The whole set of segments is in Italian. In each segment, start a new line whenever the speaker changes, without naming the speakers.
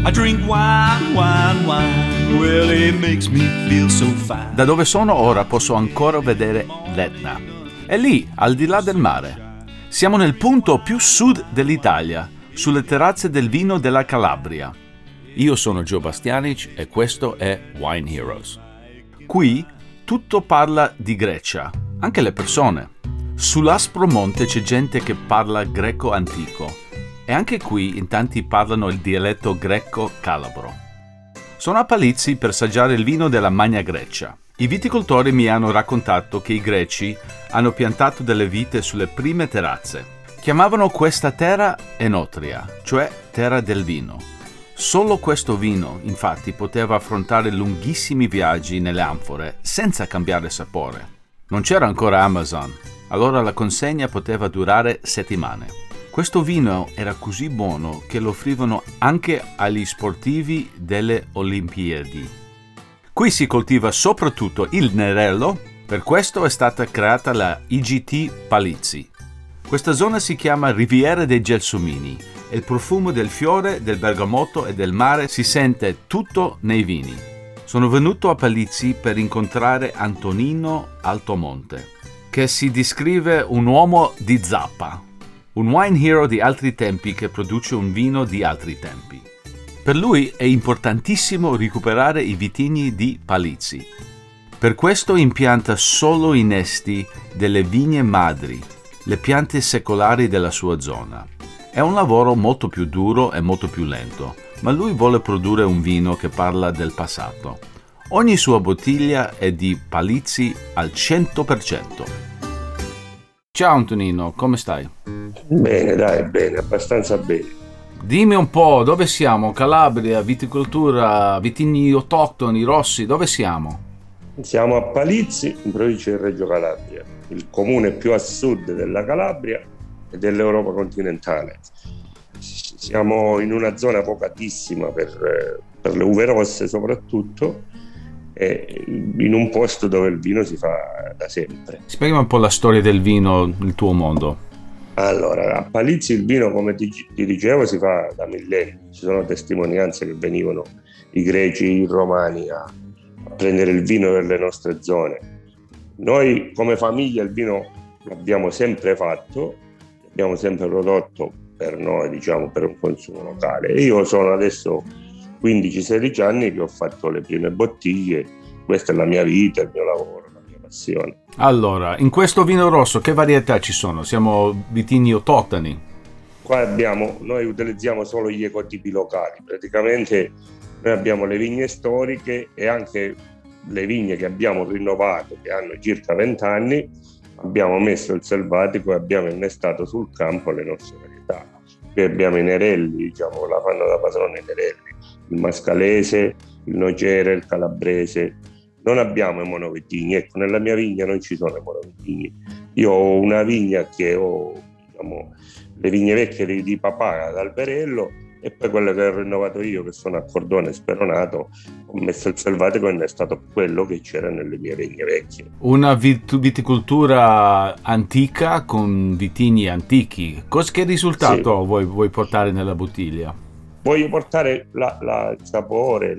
I drink wine, wine, wine. Well, it makes me feel so fine.
Da dove sono ora posso ancora vedere l'Etna. È lì, al di là del mare. Siamo nel punto più sud dell'Italia, sulle terrazze del vino della Calabria. Io sono Joe Bastianic e questo è Wine Heroes. Qui tutto parla di Grecia, anche le persone. Sull'aspro monte c'è gente che parla greco antico e anche qui in tanti parlano il dialetto greco calabro. Sono a Palizzi per assaggiare il vino della Magna Grecia. I viticoltori mi hanno raccontato che i greci hanno piantato delle vite sulle prime terrazze. Chiamavano questa terra Enotria, cioè terra del vino. Solo questo vino, infatti, poteva affrontare lunghissimi viaggi nelle anfore senza cambiare sapore. Non c'era ancora Amazon, allora la consegna poteva durare settimane. Questo vino era così buono che lo offrivano anche agli sportivi delle Olimpiadi. Qui si coltiva soprattutto il Nerello, per questo è stata creata la IGT Palizzi. Questa zona si chiama Riviera dei Gelsomini e il profumo del fiore, del bergamotto e del mare si sente tutto nei vini. Sono venuto a Palizzi per incontrare Antonino Altomonte, che si descrive un uomo di zappa, un wine hero di altri tempi che produce un vino di altri tempi. Per lui è importantissimo recuperare i vitigni di Palizzi. Per questo impianta solo i nesti delle vigne madri, le piante secolari della sua zona. È un lavoro molto più duro e molto più lento, ma lui vuole produrre un vino che parla del passato. Ogni sua bottiglia è di Palizzi al 100%. Ciao Antonino, come stai?
Bene, dai, bene, abbastanza bene.
Dimmi un po', dove siamo? Calabria, viticoltura, vitigni autoctoni, rossi, dove siamo?
Siamo a Palizzi, in provincia di Reggio Calabria, il comune più a sud della Calabria e dell'Europa continentale. Siamo in una zona vocatissima per le uve rosse soprattutto, e in un posto dove il vino si fa da sempre.
Spiegami un po' la storia del vino, il tuo mondo.
Allora, a Palizzi il vino, come ti dicevo, si fa da millenni. Ci sono testimonianze che venivano i greci, i romani a prendere il vino nelle nostre zone. Noi come famiglia il vino l'abbiamo sempre fatto, l'abbiamo sempre prodotto per noi, diciamo, per un consumo locale. Io sono adesso 15-16 anni che ho fatto le prime bottiglie, questa è la mia vita, il mio lavoro, la mia passione.
Allora, in questo vino rosso che varietà ci sono? Siamo vitigni autoctoni?
Qua noi utilizziamo solo gli ecotipi locali, praticamente noi abbiamo le vigne storiche e anche le vigne che abbiamo rinnovato, che hanno circa 20 anni, abbiamo messo il selvatico e abbiamo innestato sul campo le nostre varietà. Qui abbiamo i Nerelli, diciamo, la fanno da padrone i Nerelli, il mascalese, il nocere, il calabrese. Non abbiamo i monovitigni, ecco, nella mia vigna non ci sono i monovitigni. Io ho una vigna che ho, diciamo, le vigne vecchie di papà ad Alberello e poi quelle che ho rinnovato io, che sono a cordone speronato, ho messo il selvatico e è stato quello che c'era nelle mie vigne vecchie.
Una viticoltura antica con vitigni antichi. Che risultato vuoi portare nella bottiglia?
Voglio portare il sapore,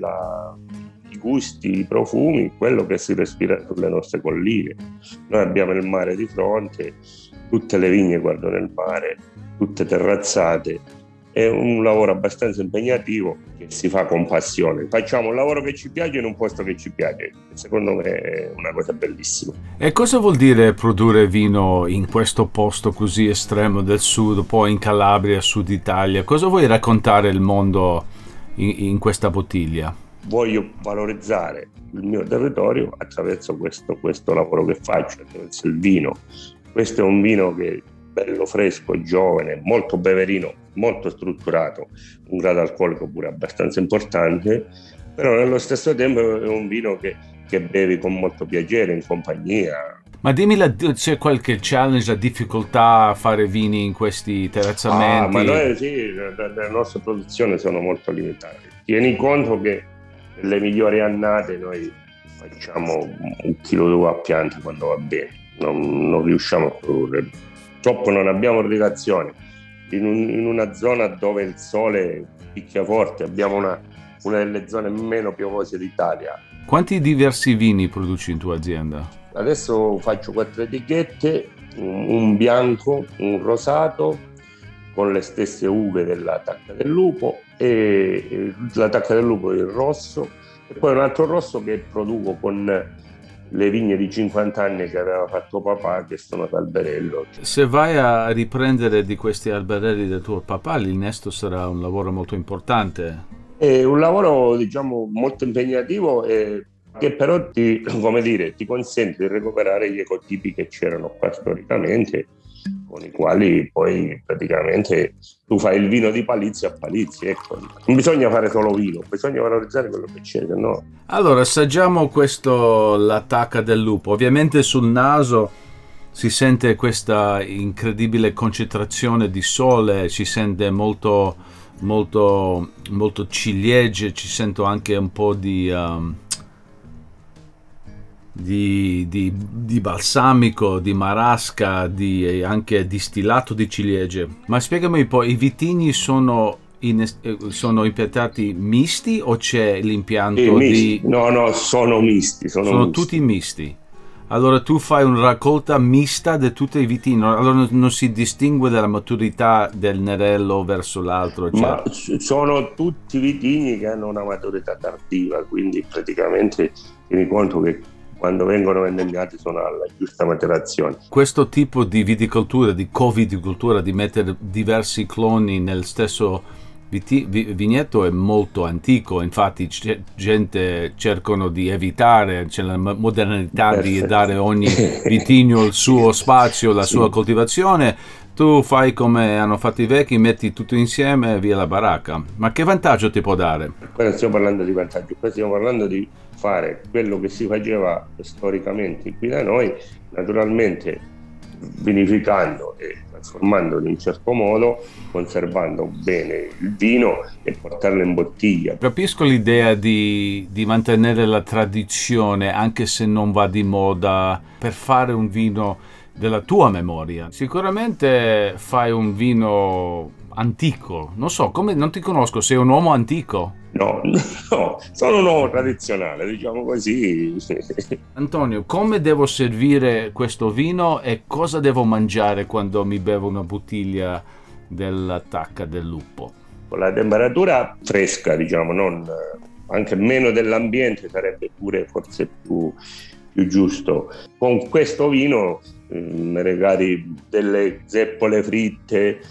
i gusti, i profumi, quello che si respira sulle nostre colline. Noi abbiamo il mare di fronte, tutte le vigne guardano il mare, tutte terrazzate. È un lavoro abbastanza impegnativo che si fa con passione. Facciamo un lavoro che ci piace in un posto che ci piace. Secondo me è una cosa bellissima.
E cosa vuol dire produrre vino in questo posto così estremo del sud, poi in Calabria, sud Italia? Cosa vuoi raccontare al mondo in questa bottiglia?
Voglio valorizzare il mio territorio attraverso questo lavoro che faccio, attraverso il vino. Questo è un vino che è bello, fresco, giovane, molto beverino, molto strutturato, un grado alcolico pure abbastanza importante, però nello stesso tempo è un vino che bevi con molto piacere, in compagnia.
Ma dimmi, c'è qualche challenge, la difficoltà a fare vini in questi terrazzamenti?
Ma noi sì, le nostre produzioni sono molto limitate. Tieni conto che le migliori annate noi facciamo 1 chilo d'uva a pianta quando va bene, non riusciamo a produrre. Purtroppo non abbiamo irrigazione. In una zona dove il sole picchia forte, abbiamo una delle zone meno piovose d'Italia.
Quanti diversi vini produci in tua azienda?
Adesso faccio 4 etichette, un bianco, un rosato, con le stesse uve della Tacca del Lupo, e la Tacca del Lupo è il rosso, e poi un altro rosso che produco con le vigne di 50 anni che aveva fatto papà, che sono ad Alberello.
Se vai a riprendere di questi alberelli del tuo papà, l'innesto sarà un lavoro molto importante.
È un lavoro, diciamo, molto impegnativo, che però ti consente di recuperare gli ecotipi che c'erano qua storicamente, con i quali poi praticamente tu fai il vino di palizzi a palizzi, ecco. Non bisogna fare solo vino, bisogna valorizzare quello che c'è, no?
Allora, assaggiamo la Tacca del Lupo. Ovviamente sul naso si sente questa incredibile concentrazione di sole, si sente molto ciliegie, ci sento anche un po' di balsamico, di marasca, anche distillato di ciliegie. Ma spiegami un po', i vitigni sono impiantati misti o c'è l'impianto
misti? No, sono misti.
Sono misti. Tutti misti. Allora tu fai una raccolta mista di tutti i vitigni, allora non si distingue dalla maturità del nerello verso l'altro? Cioè...
Ma sono tutti vitigni che hanno una maturità tardiva, quindi praticamente tieni conto che quando vengono vendemmati sono alla giusta maturazione.
Questo tipo di viticoltura, di co-viticoltura, di mettere diversi cloni nel stesso vigneto è molto antico, infatti gente cercano di evitare, c'è la modernità di dare ogni vitigno il suo spazio, la sua coltivazione. Tu fai come hanno fatto i vecchi, metti tutto insieme e via la baracca. Ma che vantaggio ti può dare?
Qua non stiamo parlando di vantaggio, qua stiamo parlando di fare quello che si faceva storicamente qui da noi, naturalmente vinificando e trasformandolo in un certo modo, conservando bene il vino e portarlo in bottiglia.
Capisco l'idea di mantenere la tradizione anche se non va di moda, per fare un vino della tua memoria. Sicuramente fai un vino antico, non so, non ti conosco, sei un uomo antico?
No, sono un uomo tradizionale, diciamo così.
Antonio, come devo servire questo vino e cosa devo mangiare quando mi bevo una bottiglia della Tacca del Lupo?
Con la temperatura fresca, diciamo, anche meno dell'ambiente sarebbe pure forse più giusto. Con questo vino mi regali delle zeppole fritte,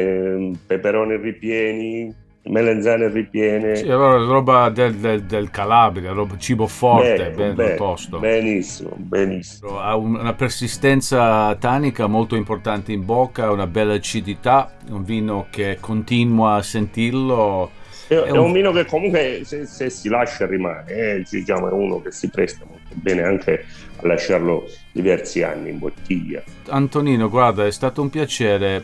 peperoni ripieni, melanzane ripiene.
Sì, allora roba del Calabria, cibo forte, ben tosto.
Benissimo.
Ha una persistenza tannica molto importante in bocca, una bella acidità, un vino che continua a sentirlo.
È un vino che comunque se si lascia rimane, diciamo, è uno che si presta molto bene anche a lasciarlo diversi anni in bottiglia.
Antonino, guarda, è stato un piacere.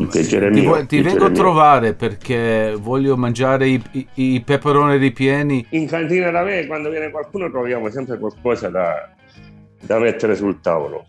Ti vengo a
mio.
Trovare perché voglio mangiare i peperoni ripieni.
In cantina da me, quando viene qualcuno, troviamo sempre qualcosa da mettere sul tavolo.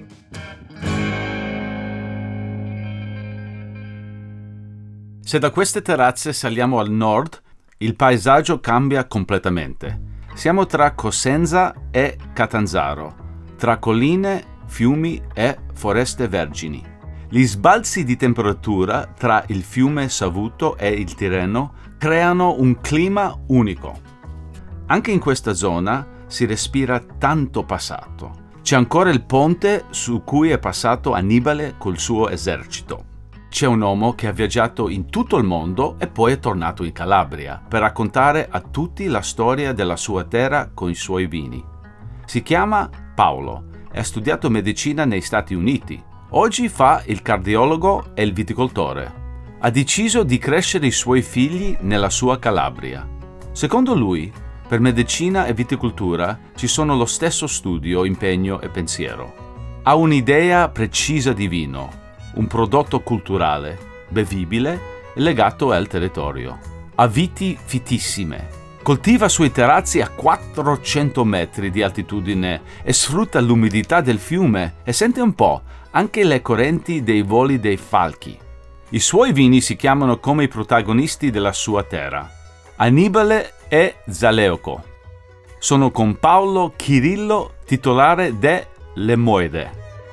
Se da queste terrazze saliamo al nord, il paesaggio cambia completamente. Siamo tra Cosenza e Catanzaro, tra colline, fiumi e foreste vergini. Gli sbalzi di temperatura tra il fiume Savuto e il Tirreno creano un clima unico. Anche in questa zona si respira tanto passato. C'è ancora il ponte su cui è passato Annibale col suo esercito. C'è un uomo che ha viaggiato in tutto il mondo e poi è tornato in Calabria per raccontare a tutti la storia della sua terra con i suoi vini. Si chiama Paolo e ha studiato medicina negli Stati Uniti. Oggi fa il cardiologo e il viticoltore. Ha deciso di crescere i suoi figli nella sua Calabria. Secondo lui, per medicina e viticoltura ci sono lo stesso studio, impegno e pensiero. Ha un'idea precisa di vino, un prodotto culturale, bevibile e legato al territorio. Ha viti fitissime. Coltiva sui terrazzi a 400 metri di altitudine e sfrutta l'umidità del fiume e sente un po' anche le correnti dei voli dei falchi. I suoi vini si chiamano come i protagonisti della sua terra, Annibale e Zaleuco. Sono con Paolo Chirillo, titolare de Le Moede.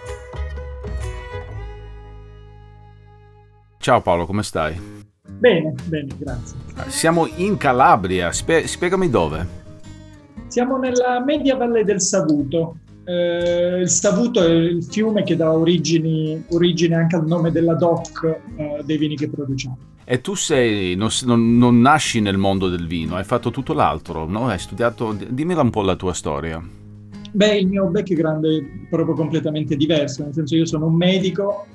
Ciao Paolo, come stai?
Bene, grazie.
Siamo in Calabria, spiegami dove.
Siamo nella media valle del Savuto. Il Savuto è il fiume che dà origine anche al nome della DOC dei vini che produciamo.
E tu non nasci nel mondo del vino, hai fatto tutto l'altro, no? Hai studiato, dimmela un po' la tua storia.
Beh, il mio background è proprio completamente diverso, nel senso io sono un medico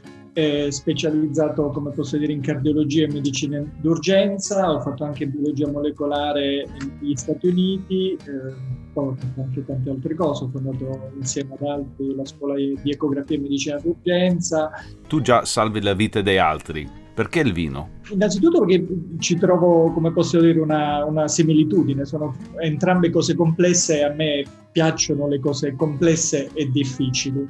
specializzato, come posso dire, in cardiologia e medicina d'urgenza, ho fatto anche biologia molecolare negli Stati Uniti, poi ho fatto anche tante altre cose, ho fondato insieme ad altri la scuola di ecografia e medicina d'urgenza.
Tu già salvi la vita dei altri, perché il vino?
Innanzitutto perché ci trovo, come posso dire, una similitudine, sono entrambe cose complesse e a me piacciono le cose complesse e difficili.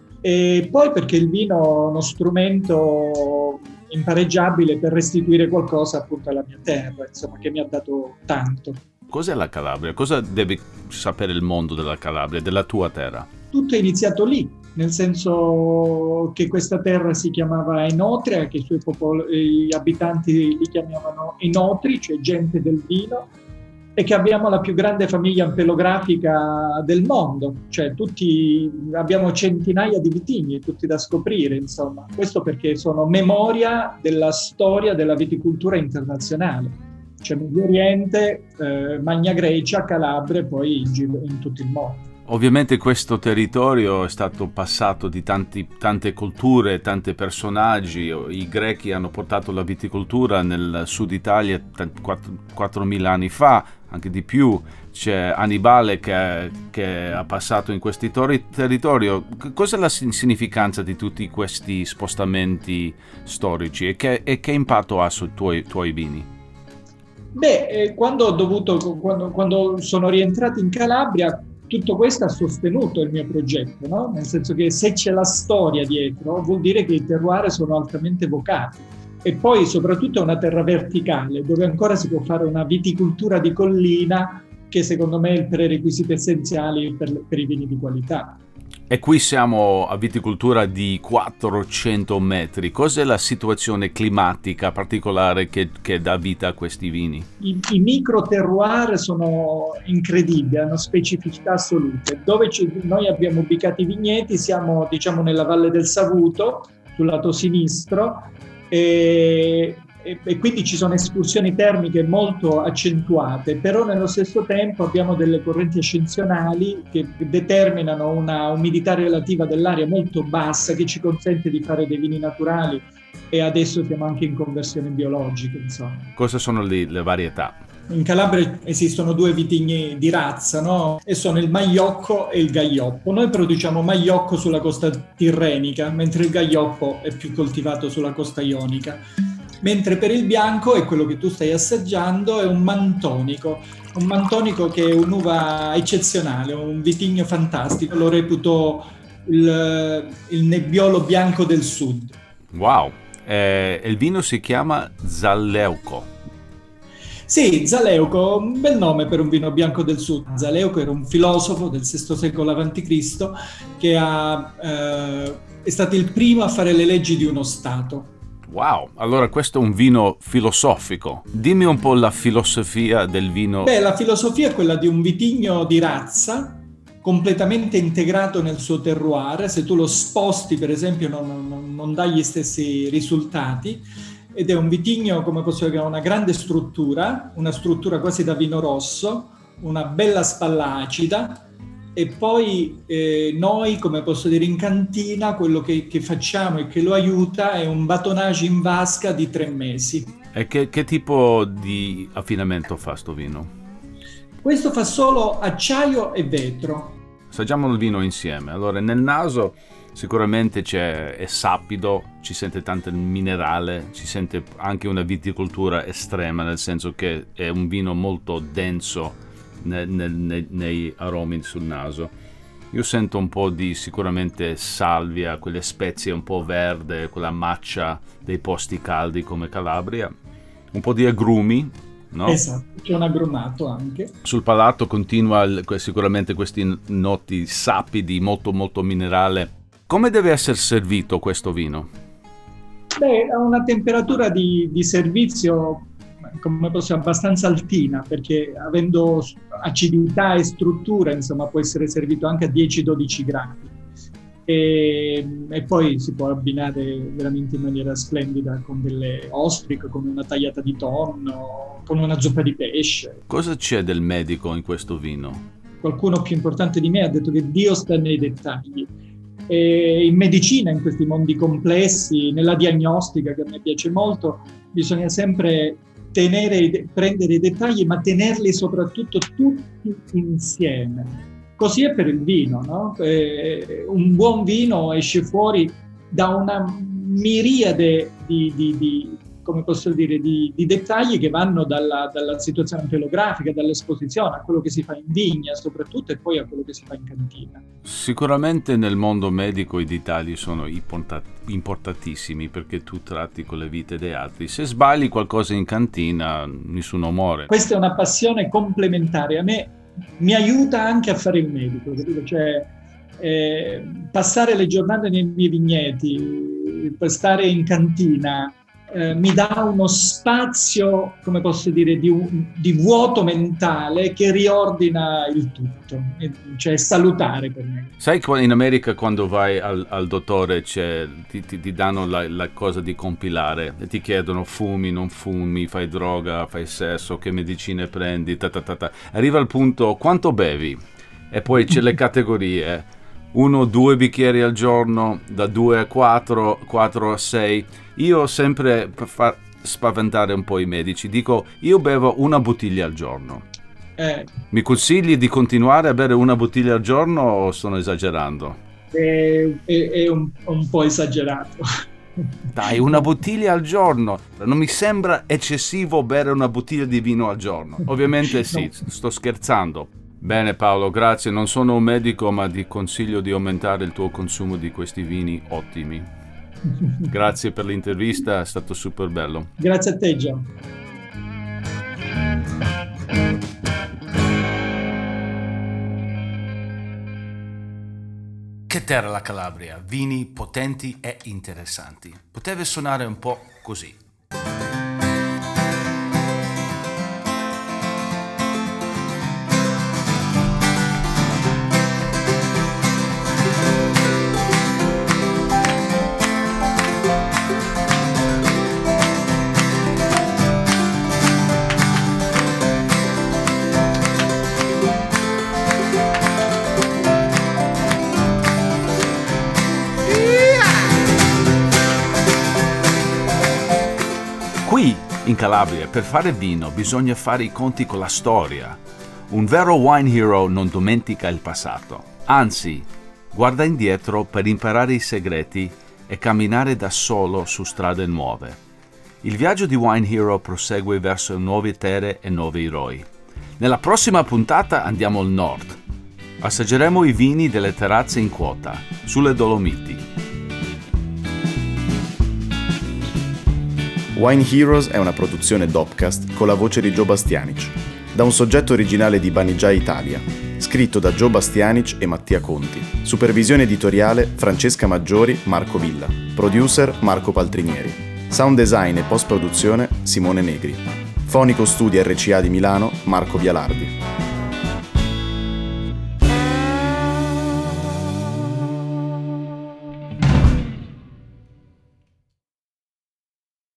E poi perché il vino è uno strumento impareggiabile per restituire qualcosa appunto alla mia terra, insomma, che mi ha dato tanto.
Cos'è la Calabria? Cosa deve sapere il mondo della Calabria, della tua terra?
Tutto è iniziato lì, nel senso che questa terra si chiamava Enotria, che gli abitanti li chiamavano Enotri, cioè gente del vino, e che abbiamo la più grande famiglia ampelografica del mondo, cioè abbiamo centinaia di vitigni, tutti da scoprire, insomma. Questo perché sono memoria della storia della viticoltura internazionale, cioè Medio Oriente, Magna Grecia, Calabria e poi in tutto il mondo.
Ovviamente questo territorio è stato passato di tante culture, tanti personaggi. I Greci hanno portato la viticoltura nel sud Italia 4.000 anni fa, anche di più. C'è Annibale che ha passato in questi territori. Cos'è la significanza di tutti questi spostamenti storici e che impatto ha sui tuoi vini?
Beh, quando sono rientrato in Calabria, tutto questo ha sostenuto il mio progetto, no? Nel senso che se c'è la storia dietro, vuol dire che i terroir sono altamente vocati. E poi soprattutto è una terra verticale, dove ancora si può fare una viticoltura di collina, che secondo me è il prerequisito essenziale per i vini di qualità.
E qui siamo a viticoltura di 400 metri. Cos'è la situazione climatica particolare che dà vita a questi vini?
I micro terroir sono incredibili, hanno specificità assolute. Dove noi abbiamo ubicato i vigneti, siamo nella Valle del Savuto, sul lato sinistro, e quindi ci sono escursioni termiche molto accentuate, però nello stesso tempo abbiamo delle correnti ascensionali che determinano una umidità relativa dell'aria molto bassa che ci consente di fare dei vini naturali, e adesso siamo anche in conversione biologica, insomma.
Cosa sono le varietà?
In Calabria esistono 2 vitigni di razza, no? E sono il Maiocco e il Gaioppo. Noi produciamo Maiocco sulla costa tirrenica, mentre il Gaioppo è più coltivato sulla costa ionica. Mentre per il bianco, è quello che tu stai assaggiando, è un Mantonico che è un'uva eccezionale, un vitigno fantastico, lo reputo il Nebbiolo bianco del sud.
Wow, il vino si chiama Zaleuco.
Sì, Zaleuco, un bel nome per un vino bianco del sud. Zaleuco era un filosofo del VI secolo a.C. che è stato il primo a fare le leggi di uno Stato.
Wow, allora questo è un vino filosofico. Dimmi un po' la filosofia del vino.
Beh, la filosofia è quella di un vitigno di razza, completamente integrato nel suo terroir. Se tu lo sposti, per esempio, non dà gli stessi risultati. Ed è un vitigno, come posso dire, che ha una grande struttura, una struttura quasi da vino rosso, una bella spalla acida. E poi noi, come posso dire, in cantina quello che facciamo e che lo aiuta è un batonnage in vasca di 3 mesi.
E che tipo di affinamento fa sto vino?
Questo fa solo acciaio e vetro.
Assaggiamo il vino insieme. Allora, nel naso sicuramente è sapido, ci sente tanto il minerale, ci sente anche una viticoltura estrema, nel senso che è un vino molto denso nei aromi sul naso. Io sento un po' di sicuramente salvia, quelle spezie un po' verde, quella maccia dei posti caldi come Calabria, un po' di agrumi, no?
Esatto, c'è un agrumato anche.
Sul palato continua sicuramente questi noti sapidi, molto molto minerale. Come deve essere servito questo vino?
Beh, ha una temperatura di servizio, come possiamo, abbastanza altina, perché avendo acidità e struttura, insomma, può essere servito anche a 10-12 gradi. E poi si può abbinare veramente in maniera splendida con delle ostriche, con una tagliata di tonno, con una zuppa di pesce.
Cosa c'è del medico in questo vino?
Qualcuno più importante di me ha detto che Dio sta nei dettagli. E in medicina, in questi mondi complessi, nella diagnostica, che a me piace molto, bisogna sempre prendere i dettagli, ma tenerli soprattutto tutti insieme. Così è per il vino, no? Un buon vino esce fuori da una miriade come posso dire, di dettagli che vanno dalla situazione ampelografica, dall'esposizione, a quello che si fa in vigna soprattutto, e poi a quello che si fa in cantina.
Sicuramente nel mondo medico i dettagli sono importantissimi, perché tu tratti con le vite degli altri. Se sbagli qualcosa in cantina, nessuno muore.
Questa è una passione complementare. A me mi aiuta anche a fare il medico, capito? Cioè, passare le giornate nei miei vigneti, stare in cantina, mi dà uno spazio, come posso dire, di vuoto mentale che riordina il tutto, cioè è salutare per me.
Sai, in America quando vai al dottore ti danno la cosa di compilare e ti chiedono fumi, non fumi, fai droga, fai sesso, che medicine prendi, arriva al punto quanto bevi e poi c'è le categorie 1-2 bicchieri al giorno, da 2 a 4, 4 a 6. Io sempre, per far spaventare un po' i medici, dico io bevo una bottiglia al giorno. Mi consigli di continuare a bere una bottiglia al giorno o sto esagerando?
È un po' esagerato.
Dai, una bottiglia al giorno. Non mi sembra eccessivo bere una bottiglia di vino al giorno. Ovviamente sì, sto scherzando. Bene Paolo, grazie. Non sono un medico, ma ti consiglio di aumentare il tuo consumo di questi vini ottimi. Grazie per l'intervista, è stato super bello.
Grazie a te, Gian.
Che terra la Calabria, vini potenti e interessanti. Poteva suonare un po' così. Qui in Calabria per fare vino bisogna fare i conti con la storia. Un vero wine hero non dimentica il passato, anzi guarda indietro per imparare i segreti e camminare da solo su strade nuove. Il viaggio di Wine Hero prosegue verso nuove terre e nuovi eroi. Nella prossima puntata andiamo al nord. Assaggeremo i vini delle terrazze in quota, sulle Dolomiti.
Wine Heroes è una produzione Dopcast con la voce di Joe Bastianic, da un soggetto originale di Banijay Italia, scritto da Joe Bastianic e Mattia Conti, supervisione editoriale Francesca Maggiori, Marco Villa, producer Marco Paltrinieri, sound design e post-produzione Simone Negri, fonico studi RCA di Milano Marco Vialardi.